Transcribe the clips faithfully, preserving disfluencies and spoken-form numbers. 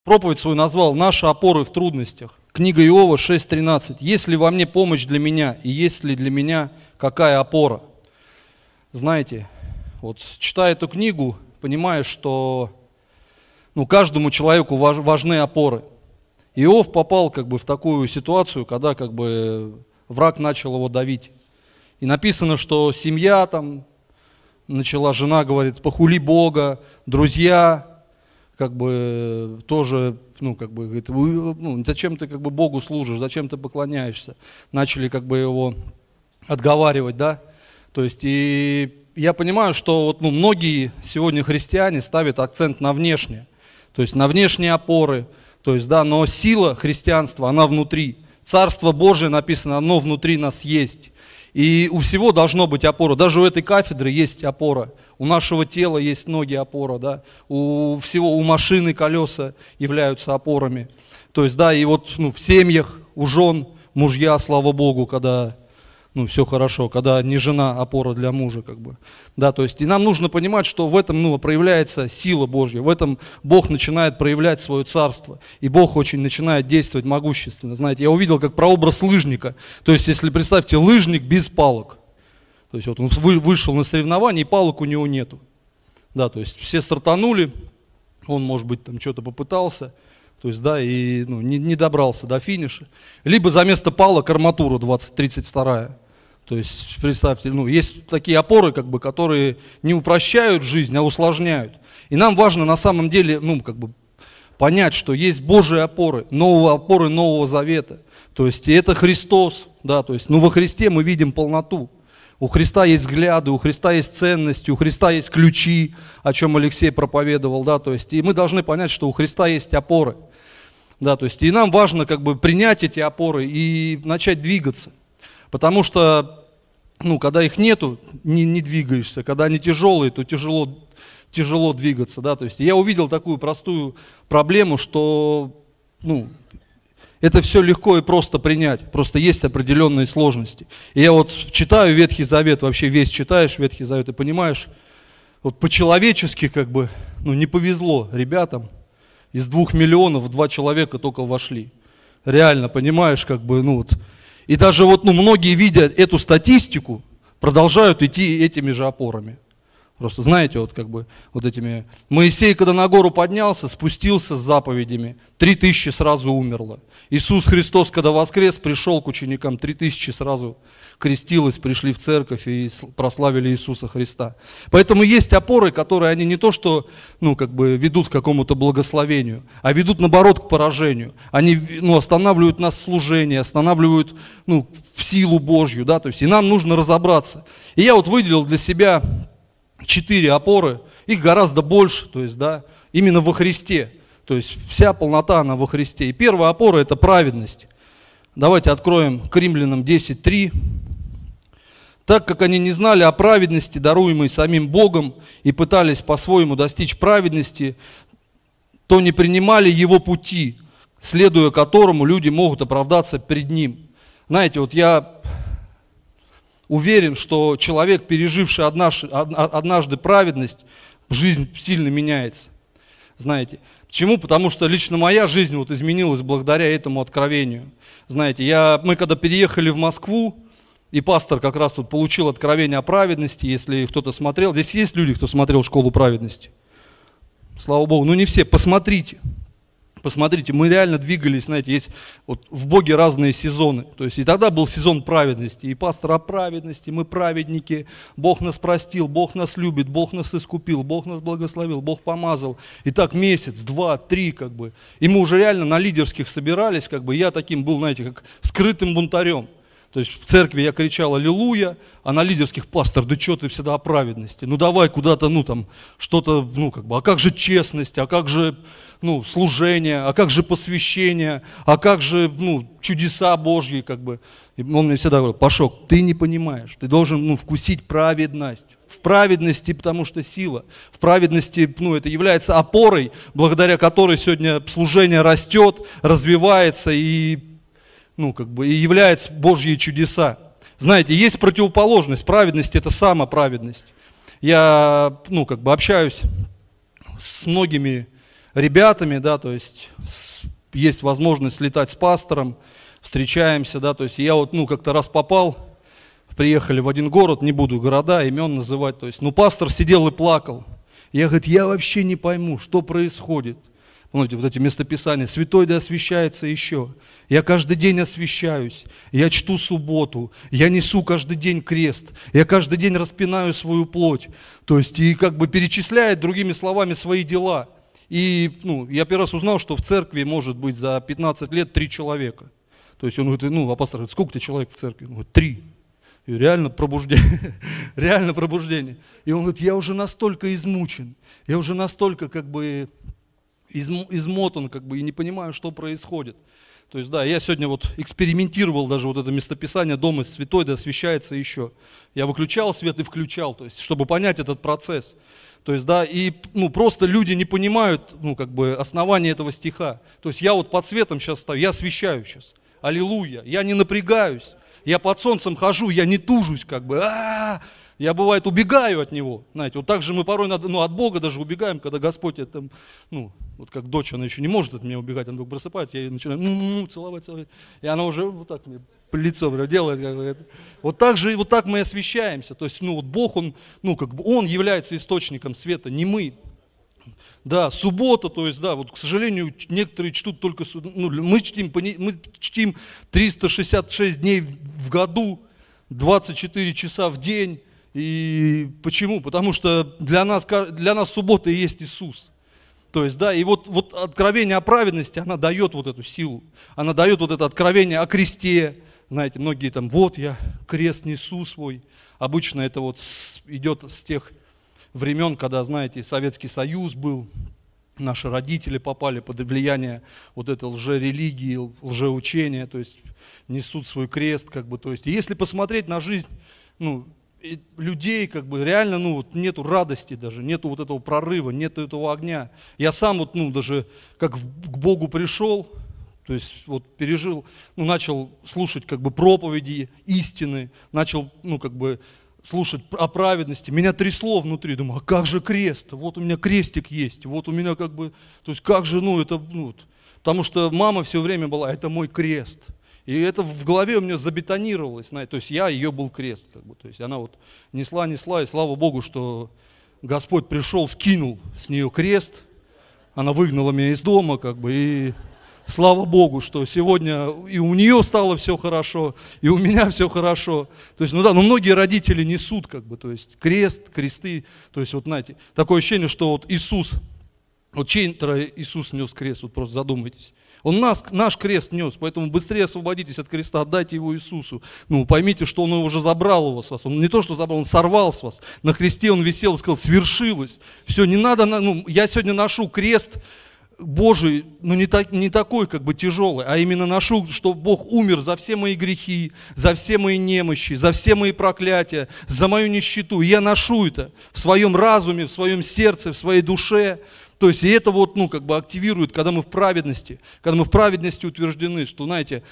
Проповедь свою назвал «Наши опоры в трудностях». Книга Иова шесть тринадцать. «Есть ли во мне помощь для меня, и есть ли для меня какая опора?» Знаете, вот читая эту книгу, понимаешь, что ну, каждому человеку важ, важны опоры. Иов попал как бы в такую ситуацию, когда как бы враг начал его давить. И написано, что семья там начала, жена говорит, похули Бога, друзья как бы тоже, ну, как бы, говорит, ну, зачем ты как бы Богу служишь, зачем ты поклоняешься? Начали как бы его отговаривать, да? То есть, и я понимаю, что вот, ну, многие сегодня христиане ставят акцент на внешнее, то есть на внешние опоры, то есть, да, но сила христианства, она внутри. Царство Божие, написано, оно внутри нас есть. И у всего должно быть опора. Даже у этой кафедры есть опора. У нашего тела есть ноги опора, да. У всего, у машины колеса являются опорами. То есть, да, и вот ну, в семьях, у жен, мужья, слава Богу, когда ну, все хорошо, когда не жена опора для мужа, как бы. Да, то есть, и нам нужно понимать, что в этом ну, проявляется сила Божья, в этом Бог начинает проявлять свое царство, и Бог очень начинает действовать могущественно. Знаете, я увидел как прообраз лыжника, то есть, если представьте, лыжник без палок, то есть, вот он вышел на соревнования, и палок у него нету. Да, то есть, все стартанули, он, может быть, там что-то попытался, то есть, да, и ну, не, не добрался до финиша. Либо за место палок арматура двадцать тридцать два. То есть, представьте, ну, есть такие опоры, как бы, которые не упрощают жизнь, а усложняют. И нам важно на самом деле, ну, как бы, понять, что есть Божьи опоры, новые опоры Нового Завета. То есть, и это Христос, да, то есть, ну, во Христе мы видим полноту. У Христа есть взгляды, у Христа есть ценности, у Христа есть ключи, о чем Алексей проповедовал, да, то есть, и мы должны понять, что у Христа есть опоры. Да, то есть, и нам важно, как бы, принять эти опоры и начать двигаться. Потому что, ну, когда их нету, не, не двигаешься. Когда они тяжелые, то тяжело, тяжело двигаться. Да? То есть я увидел такую простую проблему, что ну, это все легко и просто принять. Просто есть определенные сложности. И я вот читаю Ветхий Завет, вообще весь читаешь Ветхий Завет и понимаешь, вот по-человечески как бы ну, не повезло ребятам. Из двух миллионов два человека только вошли. Реально, понимаешь, как бы, ну вот. И даже вот, ну, многие, видя эту статистику, продолжают идти этими же опорами. Просто, знаете, вот как бы, вот этими... Моисей, когда на гору поднялся, спустился с заповедями, три тысячи сразу умерло. Иисус Христос, когда воскрес, пришел к ученикам, три тысячи сразу крестилось, пришли в церковь и прославили Иисуса Христа. Поэтому есть опоры, которые они не то что, ну, как бы ведут к какому-то благословению, а ведут, наоборот, к поражению. Они, ну, останавливают нас в служении, останавливают, ну, в силу Божью, да, то есть, и нам нужно разобраться. И я вот выделил для себя четыре опоры, их гораздо больше, то есть, да, именно во Христе. То есть вся полнота, она во Христе. И первая опора – это праведность. Давайте откроем к Римлянам десять три. «Так как они не знали о праведности, даруемой самим Богом, и пытались по-своему достичь праведности, то не принимали его пути, следуя которому люди могут оправдаться перед ним». Знаете, вот я уверен, что человек, переживший однажды, однажды праведность, жизнь сильно меняется. Знаете, почему? Потому что лично моя жизнь вот изменилась благодаря этому откровению. Знаете, я, мы когда переехали в Москву, и пастор как раз вот получил откровение о праведности, если кто-то смотрел. Здесь есть люди, кто смотрел «Школу праведности»? Слава Богу, ну не все, посмотрите. Посмотрите, мы реально двигались, знаете, есть вот в Боге разные сезоны. То есть и тогда был сезон праведности, и пастор о праведности, мы праведники, Бог нас простил, Бог нас любит, Бог нас искупил, Бог нас благословил, Бог помазал. И так месяц, два, три, как бы. И мы уже реально на лидерских собирались, как бы, я таким был, знаете, как скрытым бунтарем. То есть в церкви я кричал «Аллилуйя», а на лидерских: пастор, да что ты всегда о праведности, ну давай куда-то, ну там, что-то, ну как бы, а как же честность, а как же, ну, служение, а как же посвящение, а как же, ну, чудеса Божьи, как бы. И он мне всегда говорил: Пашок, ты не понимаешь, ты должен, ну, вкусить праведность. В праведности, потому что сила, в праведности, ну, это является опорой, благодаря которой сегодня служение растет, развивается и ну, как бы, и является Божьи чудеса. Знаете, есть противоположность. Праведность – это самоправедность. Я, ну, как бы, общаюсь с многими ребятами, да, то есть есть возможность летать с пастором, встречаемся, да, то есть я вот, ну, как-то раз попал, приехали в один город, не буду города, имен называть, то есть, ну, пастор сидел и плакал. Я, говорит, я вообще не пойму, что происходит. Помните, вот эти местописания, святой да освящается еще. Я каждый день освящаюсь, я чту субботу, я несу каждый день крест, я каждый день распинаю свою плоть. То есть, и как бы перечисляет, другими словами, свои дела. И, ну, я первый раз узнал, что в церкви может быть за пятнадцать лет три человека. То есть он говорит, ну, апостол говорит, сколько тебе человек в церкви? Он говорит, три. И реально пробуждение, реально пробуждение. И он говорит, я уже настолько измучен, я уже настолько как бы измотан, как бы, и не понимаю, что происходит. То есть, да, я сегодня вот экспериментировал даже вот это местописание «Дом святой да освящается еще». Я выключал свет и включал, то есть, чтобы понять этот процесс. То есть, да, и, ну, просто люди не понимают, ну, как бы, основания этого стиха. То есть, я вот под светом сейчас стою, я освящаю сейчас. Аллилуйя, я не напрягаюсь, я под солнцем хожу, я не тужусь, как бы, а-а-а! Я, бывает, убегаю от него, знаете, вот так же мы порой, ну, от Бога даже убегаем, когда Господь, это, ну, вот как дочь, она еще не может от меня убегать, она вдруг просыпается, я ее начинаю м-м-м, целовать, целовать, и она уже вот так мне лицо делает, как бы, вот так же, вот так мы освящаемся, то есть, ну, вот Бог, Он, ну, как бы, Он является источником света, не мы. Да, суббота, то есть, да, вот, к сожалению, некоторые чтут только, ну, мы чтим, мы чтим триста шестьдесят шесть дней в году, двадцать четыре часа в день. И почему? Потому что для нас, для нас суббота и есть Иисус. То есть, да, и вот, вот откровение о праведности, она дает вот эту силу. Она дает вот это откровение о кресте. Знаете, многие там, вот я крест несу свой. Обычно это вот идет с тех времен, когда, знаете, Советский Союз был, наши родители попали под влияние вот этой лжерелигии, лжеучения, то есть несут свой крест, как бы, то есть, и если посмотреть на жизнь, ну, людей, как бы, реально, ну, вот нету радости даже, нету вот этого прорыва, нету этого огня. Я сам вот, ну, даже как к Богу пришел, то есть вот пережил, ну, начал слушать, как бы, проповеди истины, начал, ну, как бы, слушать о праведности, меня трясло внутри, думаю, а как же крест? Вот у меня крестик есть, вот у меня, как бы, то есть как же, ну, это, ну, потому что мама все время была, это мой крест. И это в голове у меня забетонировалось, знаете, то есть я ее был крест, как бы, то есть она вот несла, несла, и слава Богу, что Господь пришел, скинул с нее крест, она выгнала меня из дома, как бы, и слава Богу, что сегодня и у нее стало все хорошо, и у меня все хорошо. То есть, ну да, но многие родители несут, как бы, то есть крест, кресты, то есть вот, знаете, такое ощущение, что вот Иисус, вот чей-то Иисус нес крест, вот просто задумайтесь. Он нас, наш крест нес, поэтому быстрее освободитесь от креста, отдайте его Иисусу. Ну, поймите, что Он уже забрал его с вас. Он не то, что забрал, Он сорвал с вас. На кресте Он висел и сказал, свершилось. Все, не надо, ну, я сегодня ношу крест Божий, но не, так, не такой, как бы, тяжелый, а именно ношу, что Бог умер за все мои грехи, за все мои немощи, за все мои проклятия, за мою нищету. И я ношу это в своем разуме, в своем сердце, в своей душе. То есть, и это вот, ну, как бы активирует, когда мы в праведности, когда мы в праведности утверждены, что, знаете,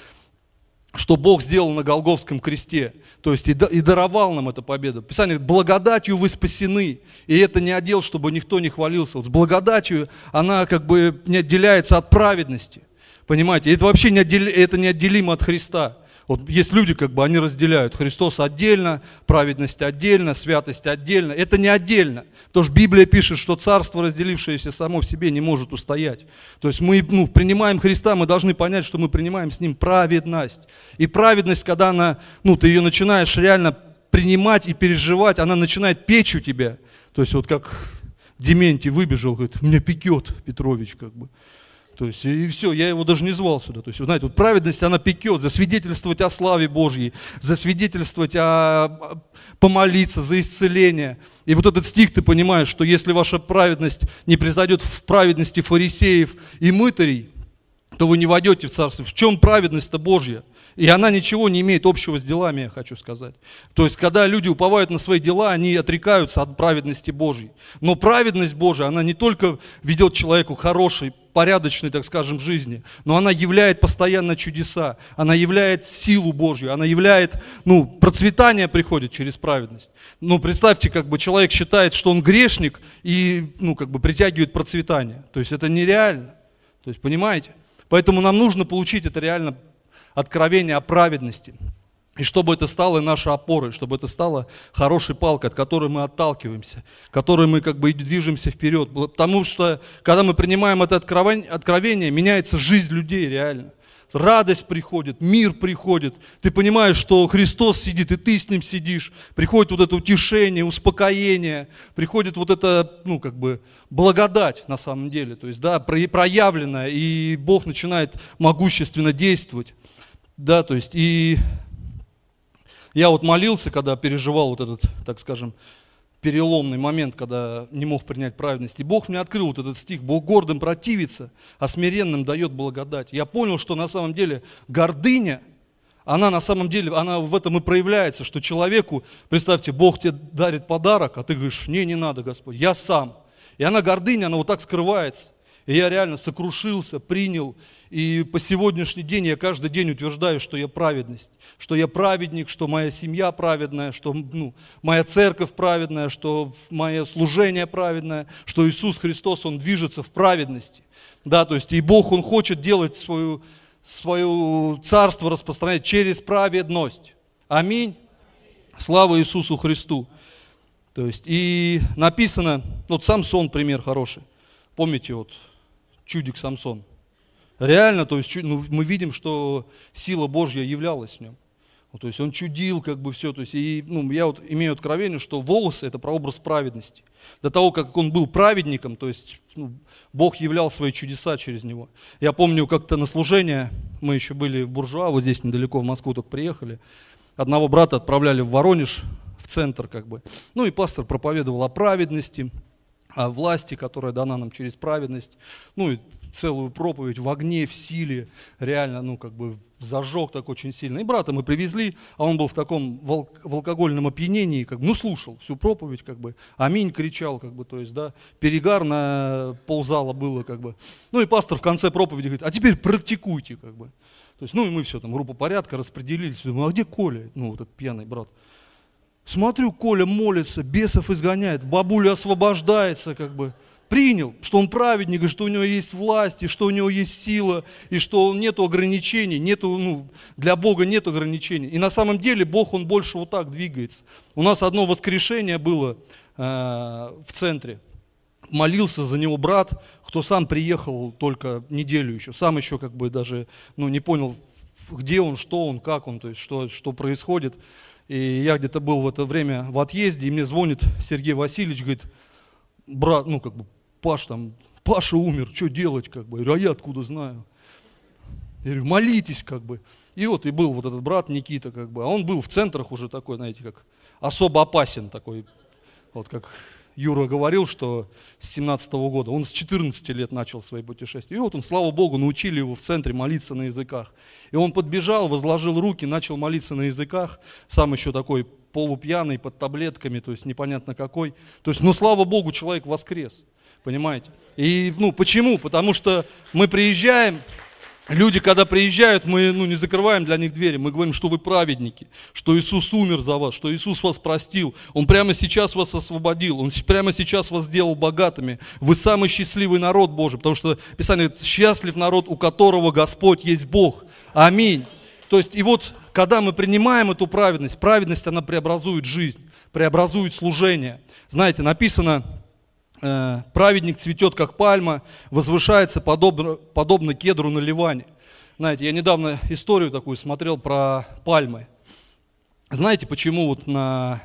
что Бог сделал на Голгофском кресте, то есть и, и даровал нам эту победу. Писание говорит, благодатью вы спасены, и это не отдел, чтобы никто не хвалился. Вот с благодатью она, как бы, не отделяется от праведности, понимаете, это вообще не отдел, это неотделимо от Христа. Вот есть люди, как бы, они разделяют Христос отдельно, праведность отдельно, святость отдельно. Это не отдельно. Потому что Библия пишет, что царство, разделившееся само в себе, не может устоять. То есть мы, ну, принимаем Христа, мы должны понять, что мы принимаем с Ним праведность. И праведность, когда она, ну, ты ее начинаешь реально принимать и переживать, она начинает печь у тебя. То есть вот как Дементий выбежал, говорит, меня пекет Петрович, как бы. То есть, и все, я его даже не звал сюда. То есть, вы знаете, вот праведность, она пекет, засвидетельствовать о славе Божьей, засвидетельствовать, о, помолиться за исцеление. И вот этот стих, ты понимаешь, что если ваша праведность не произойдет в праведности фарисеев и мытарей, то вы не войдете в царство. В чем праведность-то Божья? И она ничего не имеет общего с делами, я хочу сказать. То есть, когда люди уповают на свои дела, они отрекаются от праведности Божьей. Но праведность Божия, она не только ведет человеку к хорошей порядочной, так скажем, жизни, но она являет постоянно чудеса, она являет силу Божью, она являет, ну, процветание приходит через праведность. Ну, представьте, как бы человек считает, что он грешник и, ну, как бы притягивает процветание. То есть это нереально. То есть, понимаете? Поэтому нам нужно получить это реально откровение о праведности. И чтобы это стало нашей опорой, чтобы это стало хорошей палкой, от которой мы отталкиваемся, которой мы как бы движемся вперед. Потому что, когда мы принимаем это откровение, меняется жизнь людей реально. Радость приходит, мир приходит. Ты понимаешь, что Христос сидит, и ты с Ним сидишь. Приходит вот это утешение, успокоение, приходит вот это, ну, как бы, благодать на самом деле. То есть, да, проявленная, и Бог начинает могущественно действовать. Да, то есть, и... Я вот молился, когда переживал вот этот, так скажем, переломный момент, когда не мог принять праведность. И Бог мне открыл вот этот стих: Бог гордым противится, а смиренным дает благодать. Я понял, что на самом деле гордыня, она на самом деле, она в этом и проявляется, что человеку, представьте, Бог тебе дарит подарок, а ты говоришь: не, не надо, Господь, я сам. И она, гордыня, она вот так скрывается. И я реально сокрушился, принял. И по сегодняшний день я каждый день утверждаю, что я праведность, что я праведник, что моя семья праведная, что, ну, моя церковь праведная, что мое служение праведное, что Иисус Христос, Он движется в праведности. Да, то есть и Бог, Он хочет делать свою, свое царство распространять через праведность. Аминь. Слава Иисусу Христу. То есть и написано, вот Самсон пример хороший. Помните, вот чудик Самсон. Реально, то есть ну, мы видим, что сила Божья являлась в нем. Вот, то есть он чудил, как бы все. То есть, и, ну, я вот имею откровение, что волосы — это прообраз праведности. До того, как он был праведником, то есть ну, Бог являл свои чудеса через него. Я помню, как-то на служение, мы еще были в Буржуа, вот здесь недалеко, в Москву только приехали. Одного брата отправляли в Воронеж, в центр, как бы. Ну и пастор проповедовал о праведности, о власти, которая дана нам через праведность. Ну и целую проповедь в огне, в силе, реально, ну, как бы зажег так очень сильно. И брата мы привезли, а он был в таком в алкогольном опьянении, как бы, ну, слушал всю проповедь, как бы, аминь кричал, как бы, то есть, да, перегар на ползала было, как бы. Ну, и пастор в конце проповеди говорит: а теперь практикуйте, как бы. То есть, ну, и мы все там, группа порядка, распределились. Думаю: а где Коля? Ну, вот этот пьяный брат. Смотрю, Коля молится, бесов изгоняет, бабуля освобождается, как бы. Принял, что он праведник, и что у него есть власть, и что у него есть сила, и что нету ограничений, нету, ну, для Бога нет ограничений. И на самом деле Бог, Он больше вот так двигается. У нас одно воскрешение было э, в центре. Молился за него брат, кто сам приехал только неделю еще, сам еще как бы даже ну, не понял, где он, что он, как он, то есть что, что происходит. И я где-то был в это время в отъезде, и мне звонит Сергей Васильевич, говорит: брат, ну как бы, Паш там, Паша умер, что делать, как бы, я говорю: а я откуда знаю? Я говорю: молитесь, как бы. И вот и был вот этот брат Никита, как бы, а он был в центрах уже такой, знаете, как особо опасен такой, вот как Юра говорил, что с семнадцатого года, он с четырнадцати лет начал свои путешествия. И вот он, слава Богу, научили его в центре молиться на языках. И он подбежал, возложил руки, начал молиться на языках, сам еще такой полупьяный, под таблетками, то есть непонятно какой. То есть, ну, слава Богу, человек воскрес, понимаете? И, ну, почему? Потому что мы приезжаем, люди, когда приезжают, мы, ну, не закрываем для них двери, мы говорим, что вы праведники, что Иисус умер за вас, что Иисус вас простил, Он прямо сейчас вас освободил, Он прямо сейчас вас сделал богатыми, вы самый счастливый народ Божий, потому что Писание говорит: счастлив народ, у которого Господь есть Бог. Аминь. То есть, и вот, когда мы принимаем эту праведность, праведность, она преобразует жизнь, преобразует служение. Знаете, написано, э, праведник цветет, как пальма, возвышается подобно, подобно кедру на Ливане. Знаете, я недавно историю такую смотрел про пальмы. Знаете, почему вот на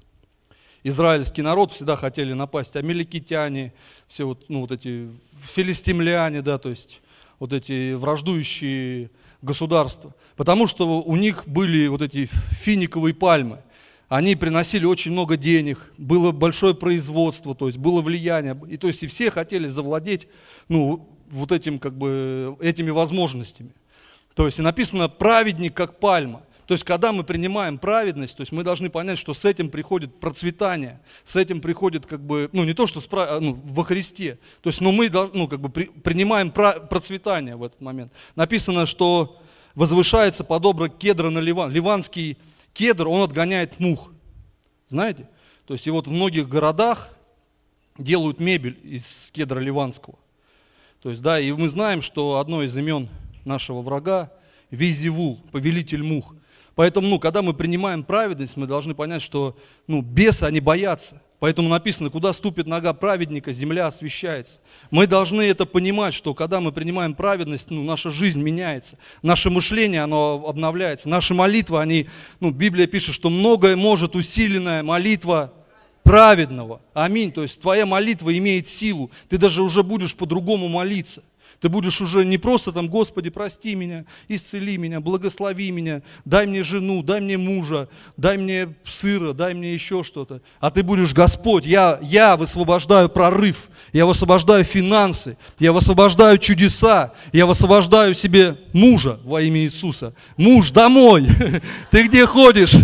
израильский народ всегда хотели напасть амаликитяне, все вот, ну, вот эти филистимляне, да, то есть вот эти враждующие государства? Потому что у них были вот эти финиковые пальмы. Они приносили очень много денег, было большое производство, то есть было влияние. И, то есть и все хотели завладеть, ну, вот этим, как бы, этими возможностями. То есть и написано: праведник как пальма. То То есть, когда мы принимаем праведность, то есть мы должны понять, что с этим приходит процветание, с этим приходит, как бы, ну не то, что с, ну, во Христе, то есть, но мы ну, как бы, при, принимаем процветание в этот момент. Написано, что возвышается подобно кедра на Ливан. Ливанский кедр, он отгоняет мух, знаете? То есть, и вот в многих городах делают мебель из кедра ливанского. То есть, да, и мы знаем, что одно из имен нашего врага – Визивул, повелитель мух. Поэтому, ну, когда мы принимаем праведность, мы должны понять, что, ну, бесы, они боятся. Поэтому написано, куда ступит нога праведника, земля освящается. Мы должны это понимать, что когда мы принимаем праведность, ну, наша жизнь меняется, наше мышление, оно обновляется, наши молитвы, они, ну, Библия пишет, что многое может усиленная молитва праведного. Аминь. То есть твоя молитва имеет силу, ты даже уже будешь по-другому молиться. Ты будешь уже не просто там, Господи, прости меня, исцели меня, благослови меня, дай мне жену, дай мне мужа, дай мне сыра, дай мне еще что-то. А ты будешь, Господь, я, я высвобождаю прорыв, я высвобождаю финансы, я высвобождаю чудеса, я высвобождаю себе мужа во имя Иисуса. Муж, домой! Ты где ходишь?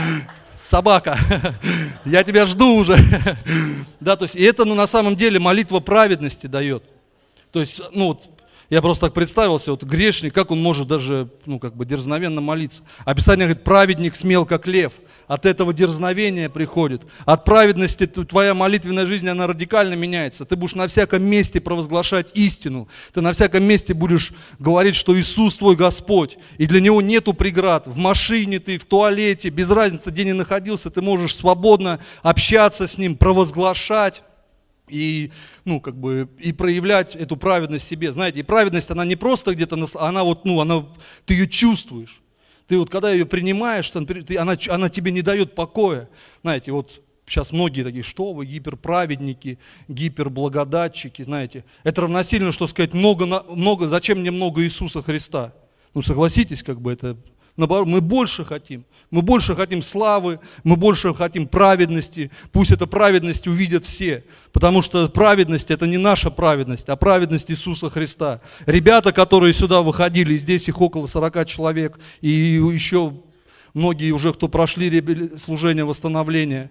Собака, я тебя жду уже. Да, то есть, и это, ну, на самом деле молитва праведности дает. То есть, ну, вот, я просто так представился, вот грешник, как он может даже, ну, как бы дерзновенно молиться. Описание говорит, праведник смел, как лев. От этого дерзновения приходит. От праведности твоя молитвенная жизнь, она радикально меняется. Ты будешь на всяком месте провозглашать истину. Ты на всяком месте будешь говорить, что Иисус твой Господь. И для Него нету преград. В машине ты, в туалете, без разницы, где ни находился, ты можешь свободно общаться с Ним, провозглашать. И, ну, как бы, и проявлять эту праведность себе. Знаете, и праведность, она не просто где-то, она вот, ну, она, ты ее чувствуешь. Ты вот, когда ее принимаешь, ты, она, она тебе не дает покоя. Знаете, вот сейчас многие такие, что вы, гиперправедники, гиперблагодатчики, знаете. Это равносильно, что сказать, много, много, зачем мне много Иисуса Христа? Ну, согласитесь, как бы это... Наоборот, мы больше хотим, мы больше хотим славы, мы больше хотим праведности, пусть эту праведность увидят все, потому что праведность это не наша праведность, а праведность Иисуса Христа. Ребята, которые сюда выходили, здесь их около сорока человек, и еще многие уже, кто прошли служение восстановления,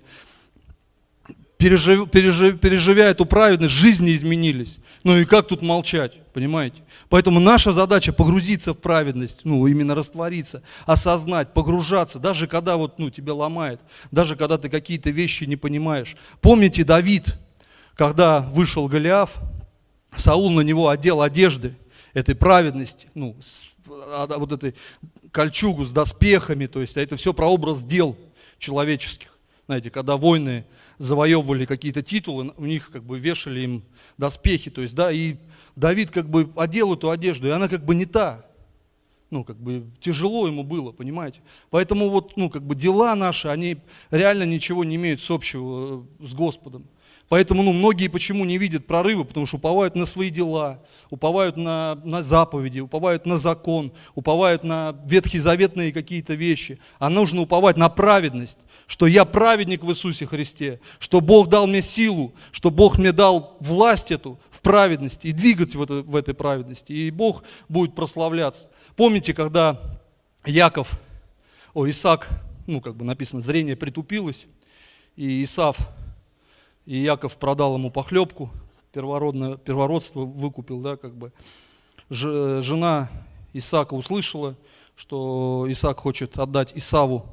пережив, пережив, переживя эту праведность, жизни изменились. Ну и как тут молчать, понимаете? Поэтому наша задача погрузиться в праведность, ну именно раствориться, осознать, погружаться, даже когда вот, ну, тебя ломает, даже когда ты какие-то вещи не понимаешь. Помните Давид, когда вышел Голиаф, Саул на него одел одежды этой праведности, ну, вот этой кольчугу с доспехами, то есть это все прообраз дел человеческих. Знаете, когда войны завоевывали какие-то титулы, у них как бы вешали им доспехи, то есть, да, и Давид как бы одел эту одежду, и она как бы не та. Ну, как бы тяжело ему было, понимаете? Поэтому вот, ну, как бы дела наши, они реально ничего не имеют с общего с Господом. Поэтому, ну, многие почему не видят прорыва, потому что уповают на свои дела, уповают на, на заповеди, уповают на закон, уповают на ветхозаветные какие-то вещи. А нужно уповать на праведность, что я праведник в Иисусе Христе, что Бог дал мне силу, что Бог мне дал власть эту в праведности и двигать в, это, в этой праведности, и Бог будет прославляться. Помните, когда Яков, о, Исаак, ну, как бы написано, зрение притупилось, и Исав, и Яков продал ему похлебку, первородное, первородство выкупил, да, как бы. Ж, жена Исаака услышала, что Исаак хочет отдать Исаву,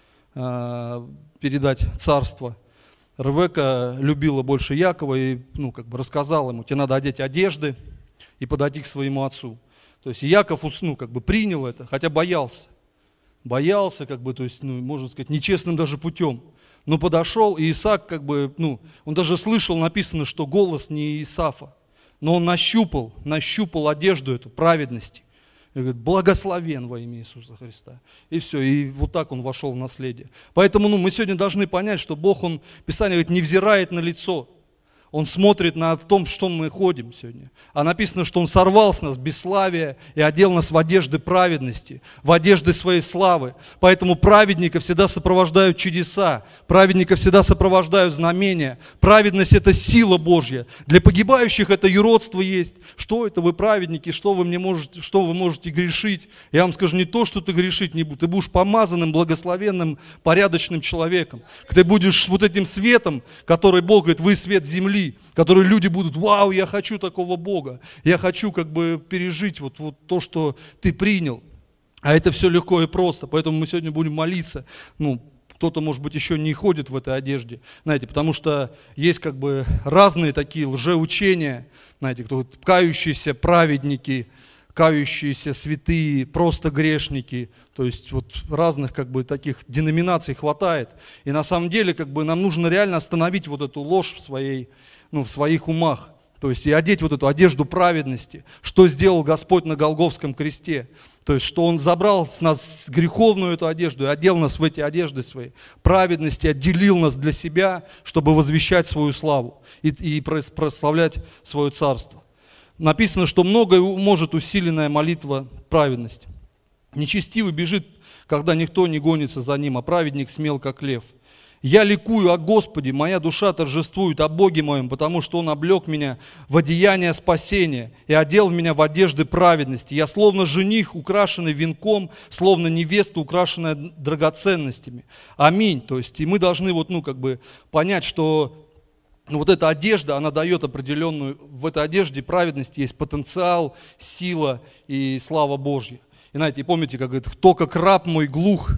э, передать царство. Ревека любила больше Якова и, ну, как бы рассказала ему, тебе надо одеть одежды и подойти к своему отцу. То есть Яков, ну, как бы принял это, хотя боялся. Боялся, как бы, то есть, ну, можно сказать, нечестным даже путем. Но подошел, и Исаак, как бы, ну, он даже слышал, написано, что голос не Исафа, но он нащупал, нащупал одежду эту праведности. И говорит, благословен во имя Иисуса Христа. И все, и вот так он вошел в наследие. Поэтому, ну, мы сегодня должны понять, что Бог, Он, Писание говорит, не взирает на лицо. Он смотрит на том, что мы ходим сегодня. А написано, что Он сорвал с нас бесславие и одел нас в одежды праведности, в одежды своей славы. Поэтому праведника всегда сопровождают чудеса, праведника всегда сопровождают знамения. Праведность – это сила Божья. Для погибающих это юродство есть. Что это вы праведники, что вы, мне можете, что вы можете грешить? Я вам скажу, не то, что ты грешить не будешь. Ты будешь помазанным, благословенным, порядочным человеком. Ты будешь вот этим светом, который Бог говорит, вы свет земли, которые люди будут, вау, я хочу такого Бога, я хочу как бы пережить вот, вот то, что ты принял. А это все легко и просто, поэтому мы сегодня будем молиться. Ну, кто-то, может быть, еще не ходит в этой одежде, знаете, потому что есть как бы разные такие лжеучения, знаете, кто кающиеся праведники, кающиеся святые, просто грешники, то есть вот разных как бы таких деноминаций хватает. И на самом деле как бы нам нужно реально остановить вот эту ложь в своей, ну, в своих умах. То есть и одеть вот эту одежду праведности, что сделал Господь на Голгофском кресте. То есть что Он забрал с нас греховную эту одежду и одел нас в эти одежды свои. Праведности отделил нас для себя, чтобы возвещать свою славу и, и прославлять свое царство. Написано, что многое может усиленная молитва праведности. Нечестивый бежит, когда никто не гонится за ним, а праведник смел, как лев. Я ликую о Господе, моя душа торжествует о Боге моем, потому что Он облег меня в одеяние спасения и одел меня в одежды праведности. Я словно жених, украшенный венком, словно невеста, украшенная драгоценностями. Аминь. То есть и мы должны вот, ну, как бы понять, что ну, вот эта одежда, она дает определенную, в этой одежде праведности есть потенциал, сила и слава Божья. И знаете, помните, как говорит, кто как раб мой глух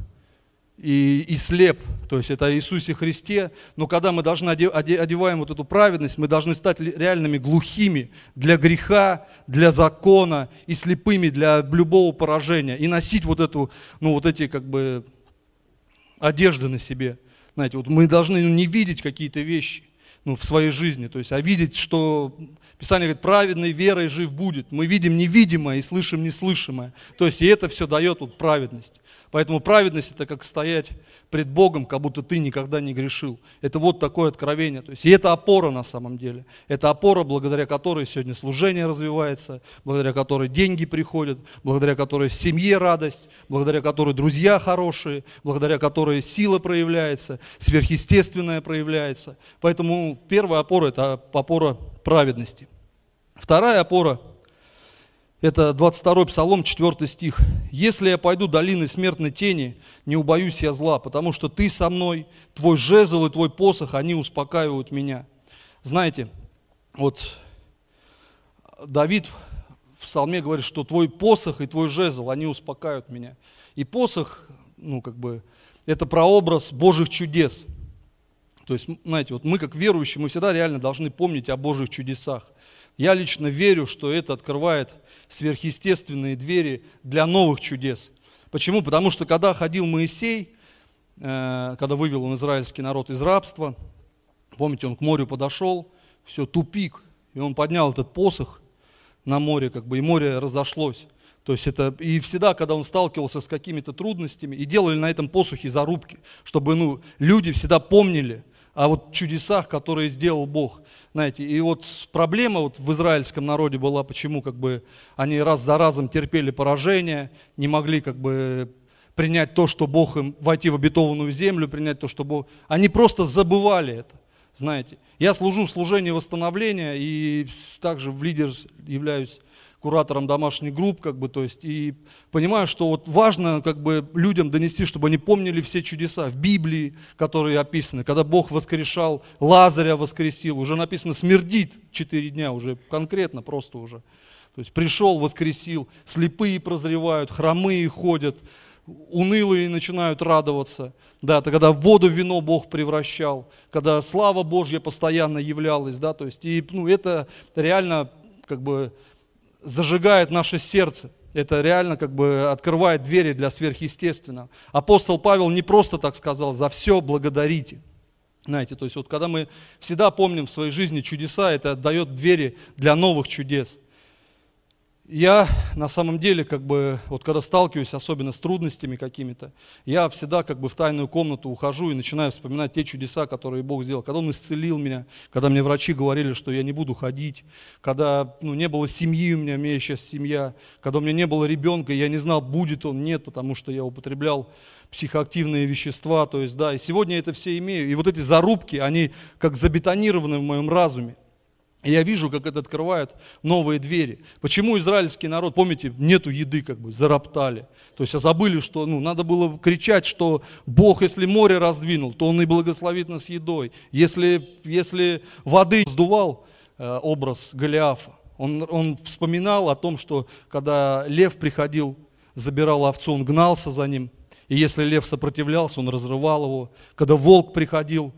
и, и слеп, то есть это о Иисусе Христе, но когда мы должны одеваем вот эту праведность, мы должны стать реальными глухими для греха, для закона и слепыми для любого поражения и носить вот эту, ну вот эти как бы одежды на себе. Знаете, вот мы должны не видеть какие-то вещи, ну, в своей жизни, то есть, а видеть, что Писание говорит, праведной верой жив будет. Мы видим невидимое и слышим неслышимое. То есть, и это все дает вот праведность. Поэтому праведность это как стоять пред Богом, как будто ты никогда не грешил. Это вот такое откровение. То есть, и это опора на самом деле. Это опора, благодаря которой сегодня служение развивается, благодаря которой деньги приходят, благодаря которой в семье радость, благодаря которой друзья хорошие, благодаря которой сила проявляется, сверхъестественное проявляется. Поэтому первая опора это опора праведности. Вторая опора – это двадцать второй Псалом, четвёртый стих. «Если я пойду долиной смертной тени, не убоюсь я зла, потому что ты со мной, твой жезл и твой посох, они успокаивают меня». Знаете, вот Давид в Псалме говорит, что твой посох и твой жезл, они успокаивают меня. И посох, ну как бы, это прообраз Божьих чудес. То есть, знаете, вот мы как верующие, мы всегда реально должны помнить о Божьих чудесах. Я лично верю, что это открывает сверхъестественные двери для новых чудес. Почему? Потому что когда ходил Моисей, когда вывел он израильский народ из рабства, помните, он к морю подошел, все, тупик, и он поднял этот посох на море, как бы, и море разошлось. То есть это, и всегда, когда он сталкивался с какими-то трудностями, и делали на этом посохе зарубки, чтобы ну, люди всегда помнили о вот чудесах, которые сделал Бог. Знаете, и вот проблема вот в израильском народе была, почему как бы они раз за разом терпели поражение, не могли как бы принять то, что Бог им, войти в обетованную землю, принять то, что Бог... Они просто забывали это, знаете. Я служу в служении восстановления и также в лидер являюсь куратором домашних групп, как бы, то есть, и понимаю, что вот важно как бы людям донести, чтобы они помнили все чудеса в Библии, которые описаны, когда Бог воскрешал, Лазаря воскресил, уже написано смердит четыре дня, уже конкретно просто уже, то есть пришел, воскресил, слепые прозревают, хромые ходят, унылые начинают радоваться, да, это когда в воду в вино Бог превращал, когда слава Божья постоянно являлась, да, то есть, и ну, это реально как бы зажигает наше сердце. Это реально как бы открывает двери для сверхъестественного. Апостол Павел не просто так сказал, за все благодарите. Знаете, то есть вот когда мы всегда помним в своей жизни чудеса, это дает двери для новых чудес. Я на самом деле, как бы, вот когда сталкиваюсь особенно с трудностями какими-то, я всегда как бы в тайную комнату ухожу и начинаю вспоминать те чудеса, которые Бог сделал. Когда Он исцелил меня, когда мне врачи говорили, что я не буду ходить, когда ну, не было семьи у меня, у меня есть сейчас семья, когда у меня не было ребенка, я не знал, будет он, нет, потому что я употреблял психоактивные вещества, то есть, да, и сегодня я это все имею. И вот эти зарубки, они как забетонированы в моем разуме. И я вижу, как это открывает новые двери. Почему израильский народ, помните, нету еды, как бы, зароптали. То есть забыли, что ну, надо было кричать, что Бог, если море раздвинул, то Он и благословит нас едой. Если, если воды сдувал, э, образ Голиафа, он, он вспоминал о том, что когда лев приходил, забирал овцу, он гнался за ним. И если лев сопротивлялся, он разрывал его. Когда волк приходил,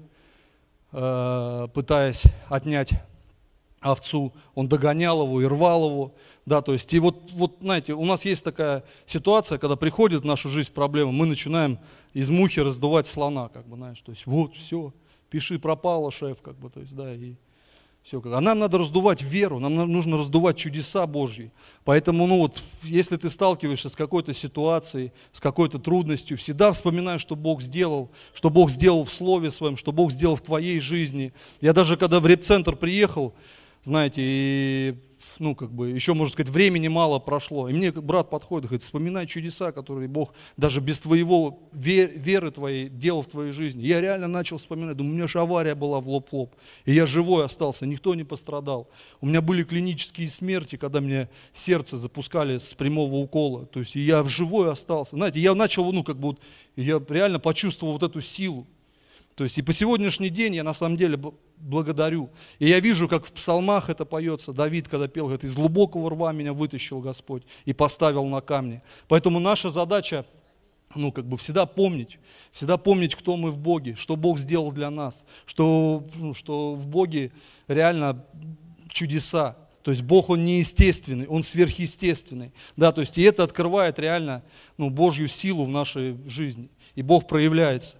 э, пытаясь отнять овцу, он догонял его и рвал его, да, то есть, и вот, вот, знаете, у нас есть такая ситуация, когда приходит в нашу жизнь проблема, мы начинаем из мухи раздувать слона, как бы, знаешь, то есть, вот, все, пиши, пропало, шеф, как бы, то есть, да, и все. А нам надо раздувать веру, нам нужно раздувать чудеса Божьи, поэтому, ну вот, если ты сталкиваешься с какой-то ситуацией, с какой-то трудностью, всегда вспоминай, что Бог сделал, что Бог сделал в Слове Своем, что Бог сделал в твоей жизни. Я даже, когда в репцентр приехал, знаете, и, ну, как бы, еще, можно сказать, времени мало прошло. И мне брат подходит и говорит, вспоминай чудеса, которые Бог даже без твоего вер, веры твоей делал в твоей жизни. Я реально начал вспоминать, думаю, у меня же авария была в лоб-лоб, и я живой остался, никто не пострадал. У меня были клинические смерти, когда мне сердце запускали с прямого укола, то есть и я живой остался. Знаете, я начал, ну, как бы, вот, я реально почувствовал вот эту силу. То есть и по сегодняшний день я на самом деле благодарю. И я вижу, как в псалмах это поется. Давид, когда пел, говорит, из глубокого рва меня вытащил Господь и поставил на камни. Поэтому наша задача, ну, как бы всегда помнить, всегда помнить, кто мы в Боге, что Бог сделал для нас, что, ну, что в Боге реально чудеса. То есть Бог, Он неестественный, Он сверхъестественный. Да, то есть и это открывает реально, ну, Божью силу в нашей жизни. И Бог проявляется.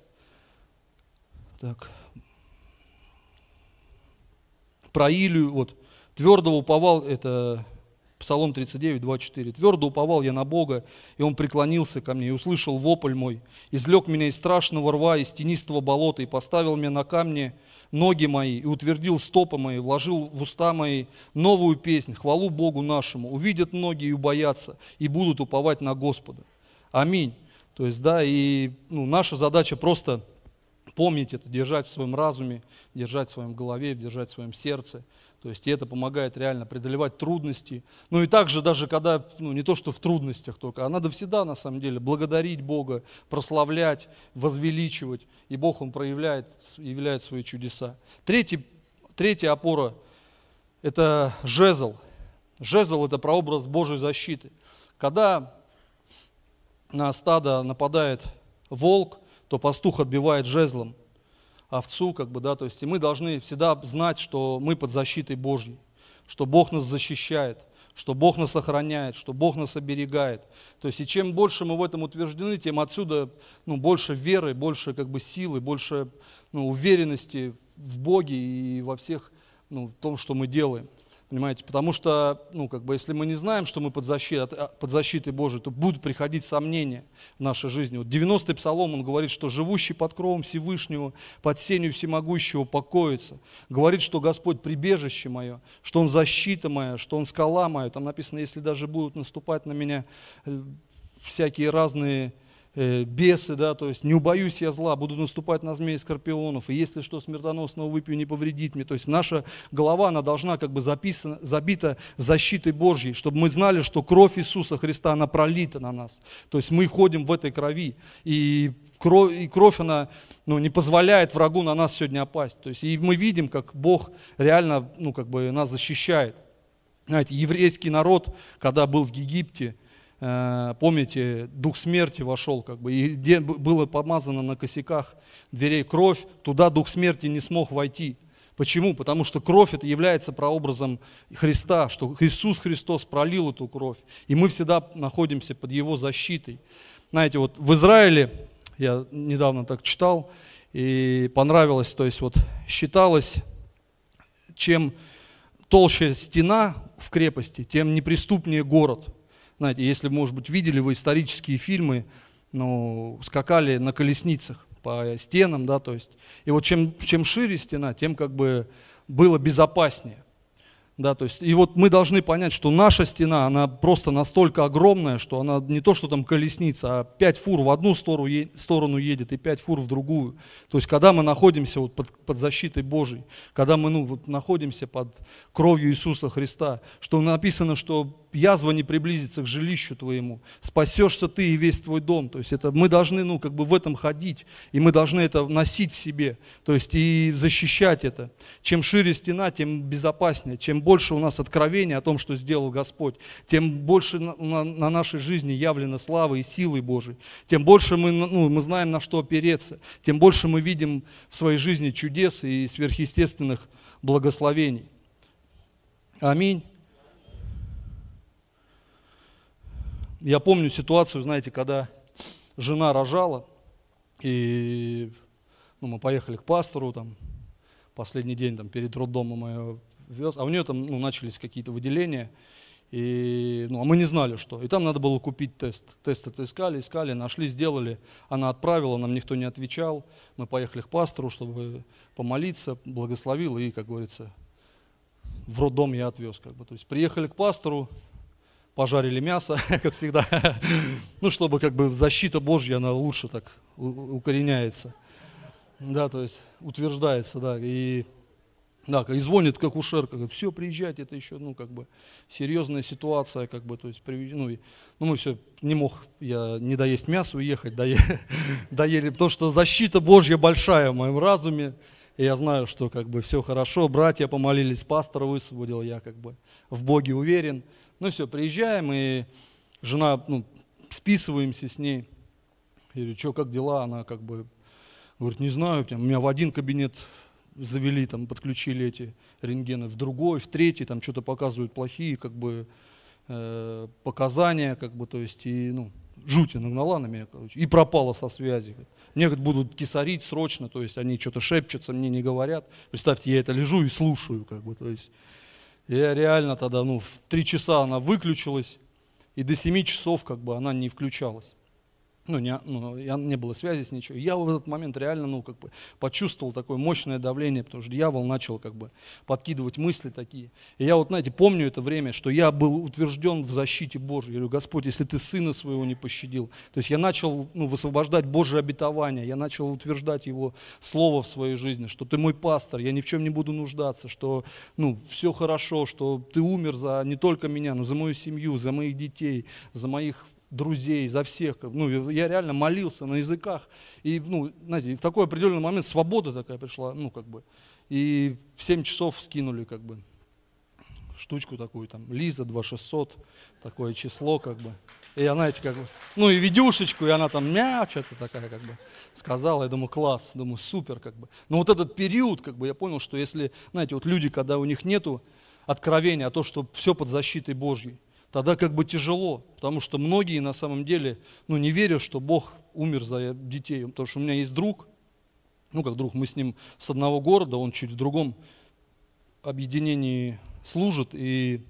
Так. Про Илию, вот, твердо уповал, это Псалом тридцать девять, двадцать четыре. Твердо уповал я на Бога, и Он преклонился ко мне, и услышал вопль мой, извлек меня из страшного рва, из тенистого болота, и поставил меня на камне ноги мои, и утвердил стопы мои, вложил в уста мои новую песнь, хвалу Богу нашему. Увидят многие и убоятся, и будут уповать на Господа. Аминь. То есть, да, и ну, наша задача просто помнить это, держать в своем разуме, держать в своем голове, держать в своем сердце. То есть и это помогает реально преодолевать трудности. Ну и также даже когда, ну не то что в трудностях только, а надо всегда на самом деле благодарить Бога, прославлять, возвеличивать. И Бог, Он проявляет, являет свои чудеса. Третий, третья опора – это жезл. Жезл – это прообраз Божьей защиты. Когда на стадо нападает волк, то пастух отбивает жезлом овцу, как бы, да, то есть и мы должны всегда знать, что мы под защитой Божьей, что Бог нас защищает, что Бог нас охраняет, что Бог нас оберегает. То есть и чем больше мы в этом утверждены, тем отсюда ну, больше веры, больше как бы силы, больше ну, уверенности в Боге и во всех ну, в том, что мы делаем. Понимаете, потому что, ну, как бы, если мы не знаем, что мы под защитой, под защитой Божией, то будут приходить сомнения в нашей жизни. Вот девяностый псалом, он говорит, что живущий под кровом Всевышнего, под сенью всемогущего покоится. Говорит, что Господь прибежище мое, что Он защита моя, что Он скала моя. Там написано, если даже будут наступать на меня всякие разные бесы, да, то есть не убоюсь я зла, буду наступать на змей и скорпионов, и если что смертоносного выпью, не повредит мне. То есть наша голова, она должна как бы записана, забита защитой Божьей, чтобы мы знали, что кровь Иисуса Христа, она пролита на нас. То есть мы ходим в этой крови, и кровь, и кровь она ну, не позволяет врагу на нас сегодня опасть. То есть и мы видим, как Бог реально ну, как бы нас защищает. Знаете, еврейский народ, когда был в Египте, помните, дух смерти вошел, как бы, и где было помазано на косяках дверей кровь, туда дух смерти не смог войти. Почему? Потому что кровь это является прообразом Христа, что Иисус Христос пролил эту кровь, и мы всегда находимся под Его защитой. Знаете, вот в Израиле, я недавно так читал, и понравилось, то есть вот считалось, чем толще стена в крепости, тем неприступнее город. Знаете, если, может быть, видели вы исторические фильмы, ну, скакали на колесницах по стенам, да, то есть, и вот чем, чем шире стена, тем как бы было безопаснее. Да, то есть, и вот мы должны понять, что наша стена, она просто настолько огромная, что она не то, что там колесница, а пять фур в одну сторону, сторону едет и пять фур в другую. То есть, когда мы находимся вот под, под защитой Божией, когда мы ну, вот находимся под кровью Иисуса Христа, что написано, что язва не приблизится к жилищу твоему, спасешься ты и весь твой дом. То есть, это, мы должны ну, как бы в этом ходить, и мы должны это носить в себе, то есть, и защищать это. Чем шире стена, тем безопаснее, чем больше у нас откровения о том, что сделал Господь, тем больше на, на, на нашей жизни явлено славы и силы Божией, тем больше мы, ну, мы знаем, на что опереться, тем больше мы видим в своей жизни чудес и сверхъестественных благословений. Аминь. Я помню ситуацию, знаете, когда жена рожала, и ну, мы поехали к пастору, там, последний день там, перед роддомом ее вез, а у нее там ну, начались какие-то выделения, и, ну, а мы не знали, что. И там надо было купить тест. Тест это искали, искали, нашли, сделали. Она отправила, нам никто не отвечал. Мы поехали к пастору, чтобы помолиться, благословил, и, как говорится, в роддом я отвез. Как бы. То есть приехали к пастору, пожарили мясо, как всегда, ну, чтобы как бы защита Божья, она лучше так укореняется, да, то есть утверждается, да, и, да, и звонит как акушерка, говорит, все, приезжайте, это еще, ну, как бы, серьезная ситуация, как бы, то есть, ну, и, ну мы все, не мог я не доесть мясо, уехать, доели, доели, потому что защита Божья большая в моем разуме, и я знаю, что, как бы, все хорошо, братья помолились, пастора высвободил, я, как бы, в Боге уверен. Ну все, приезжаем, и жена, ну, списываемся с ней. Я говорю, что, как дела? Она как бы говорит, не знаю, там, меня в один кабинет завели, там, подключили эти рентгены, в другой, в третий, там что-то показывают плохие, как бы, э, показания, как бы, то есть, и, ну, жуть нагнала на меня, короче, и пропала со связи. Мне, говорит, будут кисарить срочно, то есть, они что-то шепчутся, мне не говорят. Представьте, я это лежу и слушаю, как бы, то есть. Я реально тогда, ну, в три часа она выключилась, и до семи часов, как бы, она не включалась. Ну, не, ну, не было связи с ничего. Я в этот момент реально, ну, как бы, почувствовал такое мощное давление, потому что дьявол начал, как бы, подкидывать мысли такие. И я вот, знаете, помню это время, что я был утвержден в защите Божьей. Я говорю, Господь, если ты сына своего не пощадил. То есть я начал, ну, высвобождать Божье обетование, я начал утверждать его слово в своей жизни, что ты мой пастор, я ни в чем не буду нуждаться, что, ну, все хорошо, что ты умер за не только меня, но за мою семью, за моих детей, за моих друзей, за всех. Ну, я реально молился на языках. И, ну, знаете, в такой определенный момент свобода такая пришла, ну, как бы. И в семь часов скинули, как бы, штучку такую, там, Лиза, два шестьсот, такое число, как бы. И я, знаете, как бы, ну, и видюшечку, и она там, мяу, что-то такая, как бы, сказала. Я думаю, класс, думаю, супер, как бы. Но вот этот период, как бы, я понял, что если, знаете, вот люди, когда у них нету откровения о том, что все под защитой Божьей, тогда как бы тяжело, потому что многие на самом деле, ну, не верят, что Бог умер за детей. Потому что у меня есть друг, ну, как друг, мы с ним с одного города, он чуть в другом объединении служит, и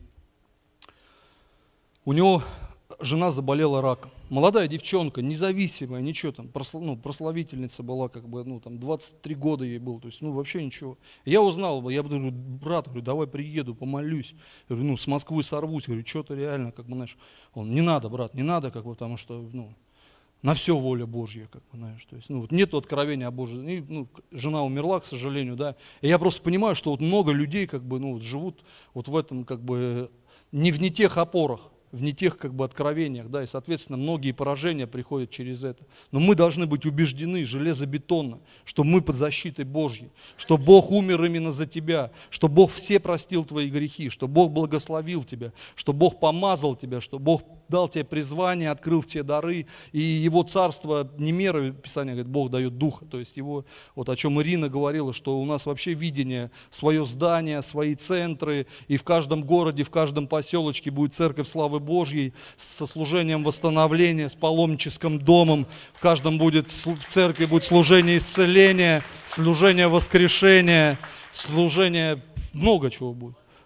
у него жена заболела раком. Молодая девчонка, независимая, ничего там, прослав, ну, прославительница была, как бы, ну, там, двадцать три года ей было, то есть, ну, вообще ничего. Я узнал, я говорю, брат, говорю, давай приеду, помолюсь. Я говорю, ну, с Москвы сорвусь, говорю, что-то реально, как бы, знаешь, он, не надо, брат, не надо, как бы, потому что, ну, на все воля Божья, как бы, знаешь, то есть, ну, вот нету откровения о Божьей, и, ну, жена умерла, к сожалению, да, и я просто понимаю, что вот много людей, как бы, ну, вот, живут вот в этом, как бы, не в не тех опорах, в не тех, как бы, откровениях, да, и, соответственно, многие поражения приходят через это. Но мы должны быть убеждены железобетонно, что мы под защитой Божьей, что Бог умер именно за тебя, что Бог все простил твои грехи, что Бог благословил тебя, что Бог помазал тебя, что Бог дал тебе призвание, открыл тебе дары, и Его царство не мера, Писание говорит, Бог дает духа, то есть Его, вот о чем Ирина говорила, что у нас вообще видение, свое здание, свои центры, и в каждом городе, в каждом поселочке будет церковь славы Божьей со служением восстановления, с паломническим домом, в каждом будет, в церкви будет служение исцеления, служение воскрешения, служение, много чего будет.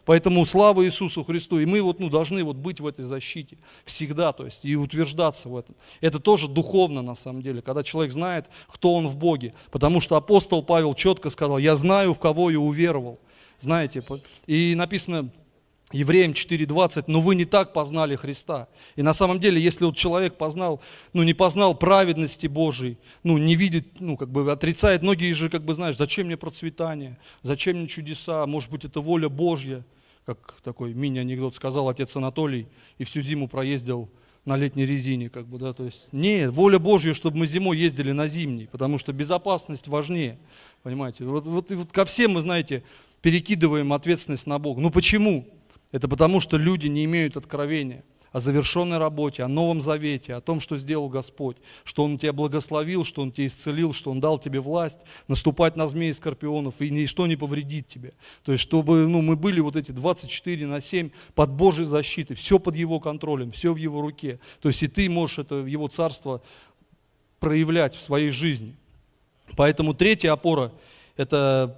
Поэтому слава Иисусу Христу. И мы вот, ну, должны вот быть в этой защите всегда, то есть и утверждаться в этом. Это тоже духовно на самом деле, когда человек знает, кто он в Боге. Потому что апостол Павел четко сказал: я знаю, в кого я уверовал. Знаете, и написано Евреям четыре двадцать, но вы не так познали Христа. И на самом деле, если вот человек познал, ну не познал праведности Божией, ну не видит, ну как бы отрицает, многие же как бы, знаешь, зачем мне процветание, зачем мне чудеса, может быть это воля Божья, как такой мини-анекдот сказал отец Анатолий, и всю зиму проездил на летней резине, как бы, да, то есть, нет, воля Божья, чтобы мы зимой ездили на зимней, потому что безопасность важнее, понимаете, вот, вот, вот ко всем мы, знаете, перекидываем ответственность на Бога. Ну почему? Это потому, что люди не имеют откровения о завершенной работе, о Новом Завете, о том, что сделал Господь, что Он тебя благословил, что Он тебя исцелил, что Он дал тебе власть наступать на змеи и скорпионов, и ничто не повредит тебе. То есть, чтобы ну, мы были вот эти двадцать четыре на семь под Божьей защитой, все под Его контролем, все в Его руке. То есть, и ты можешь это Его Царство проявлять в своей жизни. Поэтому третья опора – это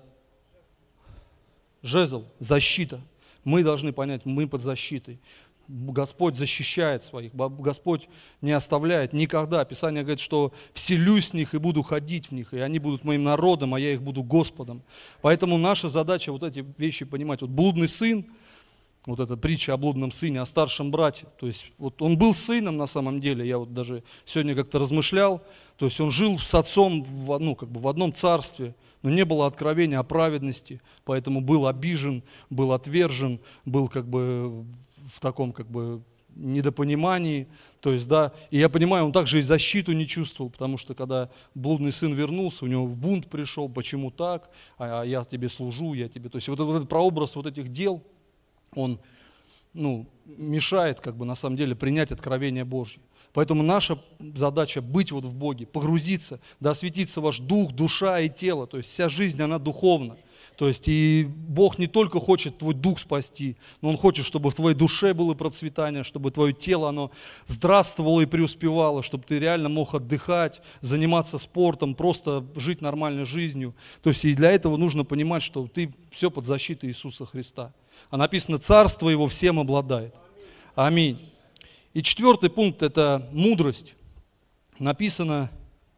жезл, защита. Мы должны понять, мы под защитой. Господь защищает своих, Господь не оставляет никогда. Писание говорит, что вселюсь в них и буду ходить в них, и они будут моим народом, а я их буду Господом. Поэтому наша задача вот эти вещи понимать. Вот блудный сын, вот эта притча о блудном сыне, о старшем брате, то есть вот он был сыном на самом деле, я вот даже сегодня как-то размышлял, то есть он жил с отцом в, ну, как бы в одном царстве, но не было откровения о праведности, поэтому был обижен, был отвержен, был как бы в таком как бы недопонимании, то есть, да, и я понимаю, он также и защиту не чувствовал, потому что когда блудный сын вернулся, у него в бунт пришел, почему так, а я тебе служу, я тебе, то есть вот этот прообраз вот этих дел, он, ну, мешает как бы на самом деле принять откровение Божье. Поэтому наша задача быть вот в Боге, погрузиться, да осветится ваш дух, душа и тело, то есть вся жизнь, она духовна. То есть и Бог не только хочет твой дух спасти, но Он хочет, чтобы в твоей душе было процветание, чтобы твое тело, оно здравствовало и преуспевало, чтобы ты реально мог отдыхать, заниматься спортом, просто жить нормальной жизнью. То есть и для этого нужно понимать, что ты все под защитой Иисуса Христа. А написано, царство Его всем обладает. Аминь. И четвертый пункт – это мудрость. Написано,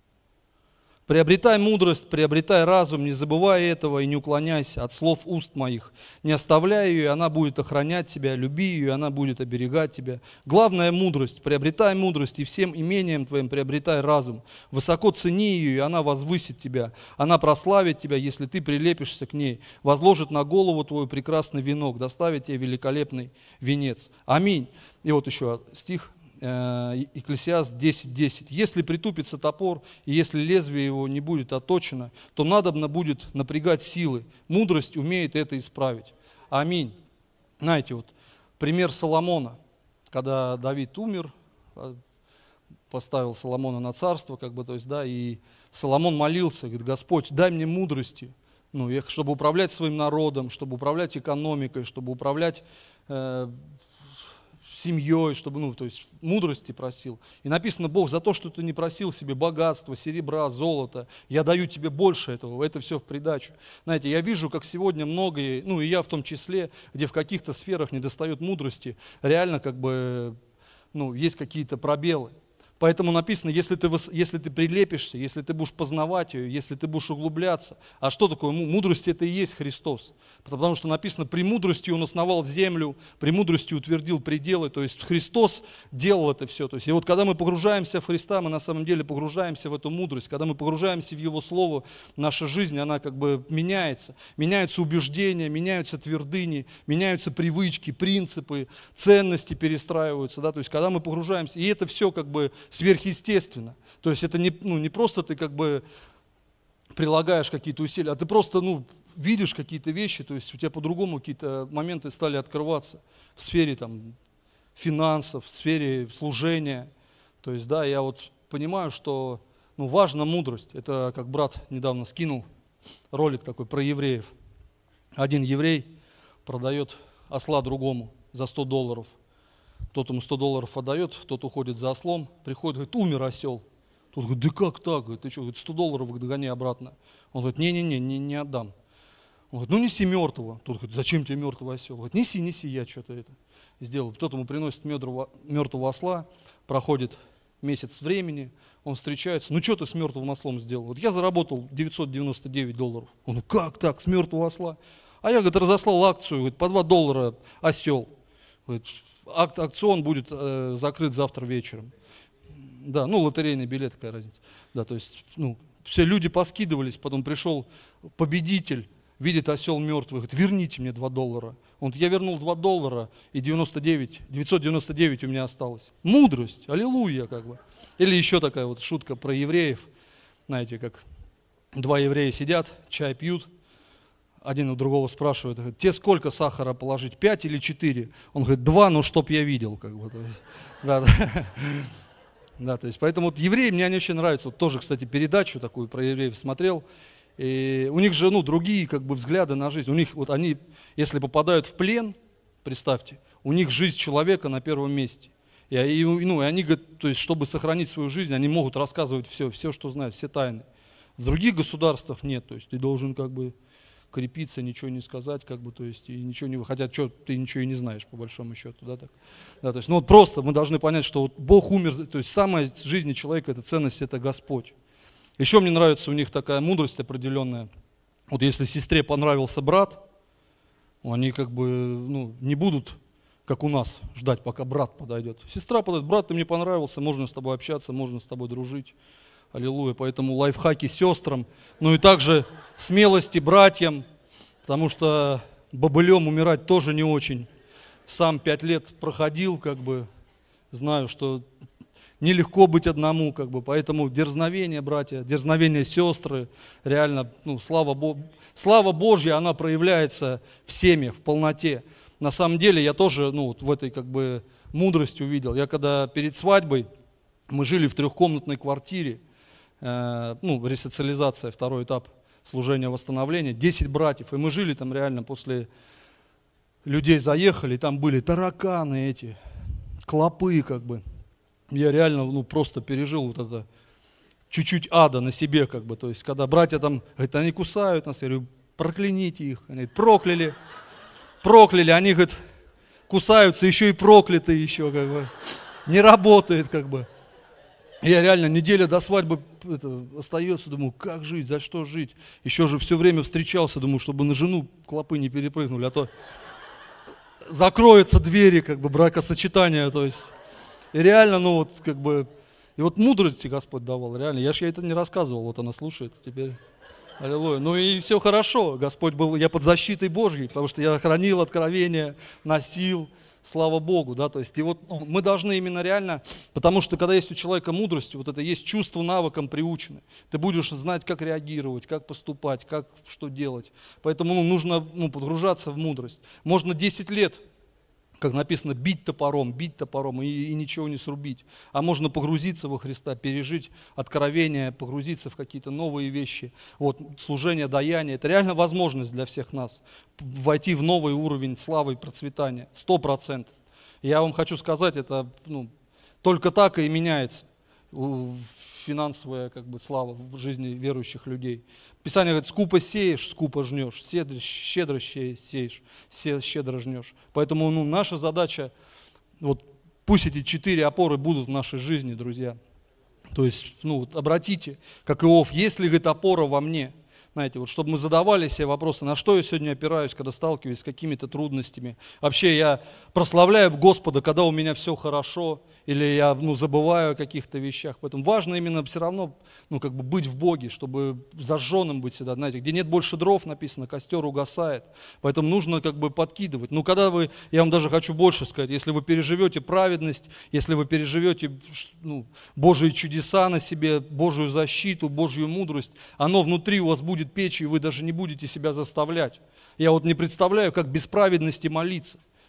приобретай мудрость, приобретай разум, не забывай этого и не уклоняйся от слов уст моих. Не оставляй ее, и она будет охранять тебя, люби ее, и она будет оберегать тебя. Главная мудрость, приобретай мудрость, и всем имением твоим приобретай разум. Высоко цени ее, и она возвысит тебя. Она прославит тебя, если ты прилепишься к ней. Возложит на голову твою прекрасный венок, доставит тебе великолепный венец. Аминь. И вот еще стих. Екклесиаст десять десять. Если притупится топор, и если лезвие его не будет отточено, то надобно будет напрягать силы. Мудрость умеет это исправить. Аминь. Знаете, вот пример Соломона, когда Давид умер, поставил Соломона на царство, как бы, то есть, да, и Соломон молился, говорит, Господь, дай мне мудрости, ну, чтобы управлять своим народом, чтобы управлять экономикой, чтобы управлять э, семьей, чтобы, ну, то есть мудрости просил. И написано, Бог, за то, что ты не просил себе богатства, серебра, золота, я даю тебе больше этого, это все в придачу. Знаете, я вижу, как сегодня многие, ну и я в том числе, где в каких-то сферах недостает мудрости, реально как бы, ну, есть какие-то пробелы. Поэтому написано, если ты, если ты прилепишься, если ты будешь познавать ее, если ты будешь углубляться. А что такое мудрость? Это и есть Христос. Потому что написано, премудростью Он основал землю, премудростью утвердил пределы. То есть Христос делал это все. То есть, и вот когда мы погружаемся в Христа, мы на самом деле погружаемся в эту мудрость. Когда мы погружаемся в Его Слово, наша жизнь, она как бы меняется. Меняются убеждения, меняются твердыни, меняются привычки, принципы, ценности перестраиваются. Да? То есть когда мы погружаемся, и это все как бы сверхъестественно. То есть это не, ну, не просто ты как бы прилагаешь какие-то усилия, а ты просто ну, видишь какие-то вещи, то есть у тебя по-другому какие-то моменты стали открываться в сфере там, финансов, в сфере служения. То есть да, я вот понимаю, что ну, важна мудрость. Это как брат недавно скинул ролик такой про евреев. Один еврей продает осла другому за сто долларов. Тот ему сто долларов отдает, тот уходит за ослом, приходит, говорит, умер осел. Тот говорит, да как так? Говорит, ты что, говорит, сто долларов, говорит, гони обратно. Он говорит, не-не-не, не, не отдам. Он говорит, ну неси мертвого. Тут говорит, зачем тебе мертвый осел? Он говорит, неси, неси, я что-то это сделал. Кто-то ему приносит мертвого, мертвого осла, проходит месяц времени, он встречается, ну что ты с мертвым ослом сделал? Вот я заработал девятьсот девяносто девять долларов. Он, ну как так, с мертвого осла? А я, говорит, разослал акцию, говорит, по два доллара осел. Говорит, ак- акцион будет э, закрыт завтра вечером. Да, ну лотерейный билет, какая разница. Да, то есть, ну, все люди поскидывались, потом пришел победитель, видит осел мертвый, говорит, верните мне два доллара. Он говорит, я вернул два доллара, и девяносто девять, девятьсот девяносто девять у меня осталось. Мудрость, аллилуйя, как бы. Или еще такая вот шутка про евреев. Знаете, как два еврея сидят, чай пьют, один у другого спрашивает, говорит, тебе сколько сахара положить, пять или четыре? Он говорит, два, но чтоб я видел. Как бы. Да, да. Да, то есть, поэтому вот евреи, мне они очень нравятся. Вот тоже, кстати, передачу такую про евреев смотрел. И у них же, ну, другие, как бы, взгляды на жизнь. У них, вот они, если попадают в плен, представьте, у них жизнь человека на первом месте. И, и, ну, и они, то есть, чтобы сохранить свою жизнь, они могут рассказывать все, все, что знают, все тайны. В других государствах нет, то есть ты должен, как бы, крепиться, ничего не сказать, как бы, то есть, и ничего не, хотя что, ты ничего и не знаешь, по большому счету, да, так. Да, то есть, ну, вот просто мы должны понять, что вот Бог умер, то есть, самая в жизни человека, это ценность, это Господь. Еще мне нравится у них такая мудрость определенная. Вот если сестре понравился брат, они как бы, ну, не будут, как у нас, ждать, пока брат подойдет. Сестра подойдет, брат, ты мне понравился, можно с тобой общаться, можно с тобой дружить. Аллилуйя. Поэтому лайфхаки сестрам, ну и также смелости братьям, потому что бобылем умирать тоже не очень. Сам пять лет проходил, как бы, знаю, что нелегко быть одному, как бы, поэтому дерзновение, братья, дерзновение сестры, реально, ну, слава Богу, слава Божья, она проявляется в семьях, в полноте. На самом деле я тоже, ну, вот в этой, как бы, мудрости увидел. Я когда перед свадьбой, мы жили в трехкомнатной квартире, э, ну, ресоциализация, второй этап служения восстановления, десять братьев, и мы жили там реально после людей заехали, там были тараканы эти, клопы, как бы. Я реально, ну, просто пережил вот это чуть-чуть ада на себе, как бы, то есть, когда братья там, говорят, они кусают нас, я говорю, прокляните их, они говорят, прокляли, прокляли, они, говорят, кусаются, еще и прокляты еще, как бы, не работает, как бы. Я реально, неделя до свадьбы это, остается, думаю, как жить, за что жить, еще же все время встречался, думаю, чтобы на жену клопы не перепрыгнули, а то закроются двери, как бы, бракосочетания, то есть. И реально, ну вот, как бы, и вот мудрости Господь давал, реально. Я же ей это не рассказывал, вот она слушает теперь. Аллилуйя. Ну и все хорошо, Господь был, я под защитой Божьей, потому что я хранил откровение, носил, слава Богу, да, то есть, и вот ну, мы должны именно реально, потому что когда есть у человека мудрость, вот это есть чувство навыкам приучены, ты будешь знать, как реагировать, как поступать, как, что делать. Поэтому ну, нужно ну, погружаться в мудрость. Можно десять лет, как написано, бить топором, бить топором и, и ничего не срубить. А можно погрузиться во Христа, пережить откровение, погрузиться в какие-то новые вещи. Вот, служение, даяние, это реально возможность для всех нас. Войти в новый уровень славы и процветания. Сто процентов. Я вам хочу сказать, это ну, только так и меняется финансовая как бы, слава в жизни верующих людей. Писание говорит, скупо сеешь, скупо жнешь, щедро сеешь, щедро жнешь. Поэтому ну, наша задача, вот, пусть эти четыре опоры будут в нашей жизни, друзья. То есть, ну, вот, обратите, как Иов, есть ли, говорит, опора во мне? Знаете, вот, чтобы мы задавали себе вопросы, на что я сегодня опираюсь, когда сталкиваюсь с какими-то трудностями. Вообще я прославляю Господа, когда у меня все хорошо, или я ну, забываю о каких-то вещах. Поэтому важно именно все равно ну, как бы быть в Боге, чтобы зажженным быть всегда. Знаете, где нет больше дров, написано, костер угасает. Поэтому нужно как бы подкидывать. Но когда вы, я вам даже хочу больше сказать, если вы переживете праведность, если вы переживете ну, Божьи чудеса на себе, Божью защиту, Божью мудрость, оно внутри у вас будет печь, и вы даже не будете себя заставлять. Я вот не представляю, как без праведности молиться.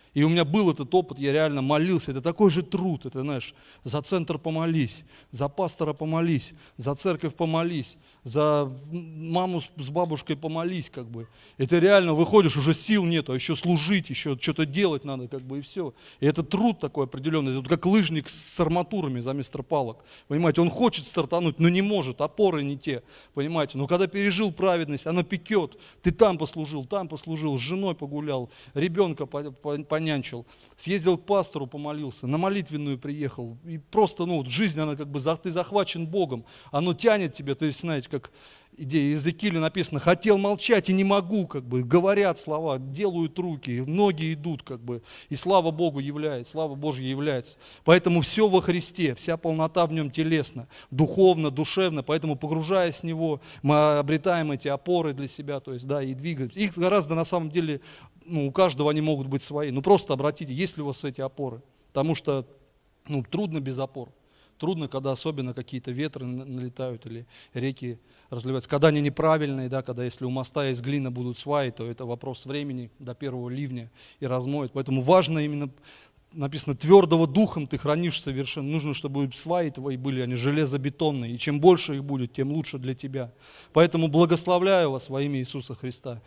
И у меня был этот опыт, я реально молился. Это такой же труд, это, знаешь, за центр помолись, за пастора помолись, за церковь помолись, за маму с бабушкой помолись, как бы. Это реально, выходишь, уже сил нету, а еще служить, еще что-то делать надо, как бы, и все. И это труд такой определенный, это как лыжник с арматурами заместо палок. Понимаете, он хочет стартануть, но не может, опоры не те, понимаете. Но когда пережил праведность, оно пекет. Ты там послужил, там послужил, с женой погулял, ребенка понянчил, съездил к пастору, помолился, на молитвенную приехал. И просто, ну, жизнь, она как бы, ты захвачен Богом, оно тянет тебя, то есть, знаете, как идея Иезекииля написано, хотел молчать и не могу, как бы, говорят слова, делают руки, ноги идут, как бы, и слава Богу является, слава Божья является. Поэтому все во Христе, вся полнота в нем телесно, духовно, душевно, поэтому, погружаясь в него, мы обретаем эти опоры для себя, то есть, да, и двигаемся. Их гораздо, на самом деле, ну, у каждого они могут быть свои, ну, просто обратите, есть ли у вас эти опоры, потому что, ну, трудно без опор. Трудно, когда особенно какие-то ветры налетают или реки разливаются. Когда они неправильные, да, когда если у моста есть глина, будут сваи, то это вопрос времени до первого ливня и размоет. Поэтому важно именно, написано, твердого духом ты хранишь совершенно. Нужно, чтобы сваи твои были, они железобетонные. И чем больше их будет, тем лучше для тебя. Поэтому благословляю вас во имя Иисуса Христа.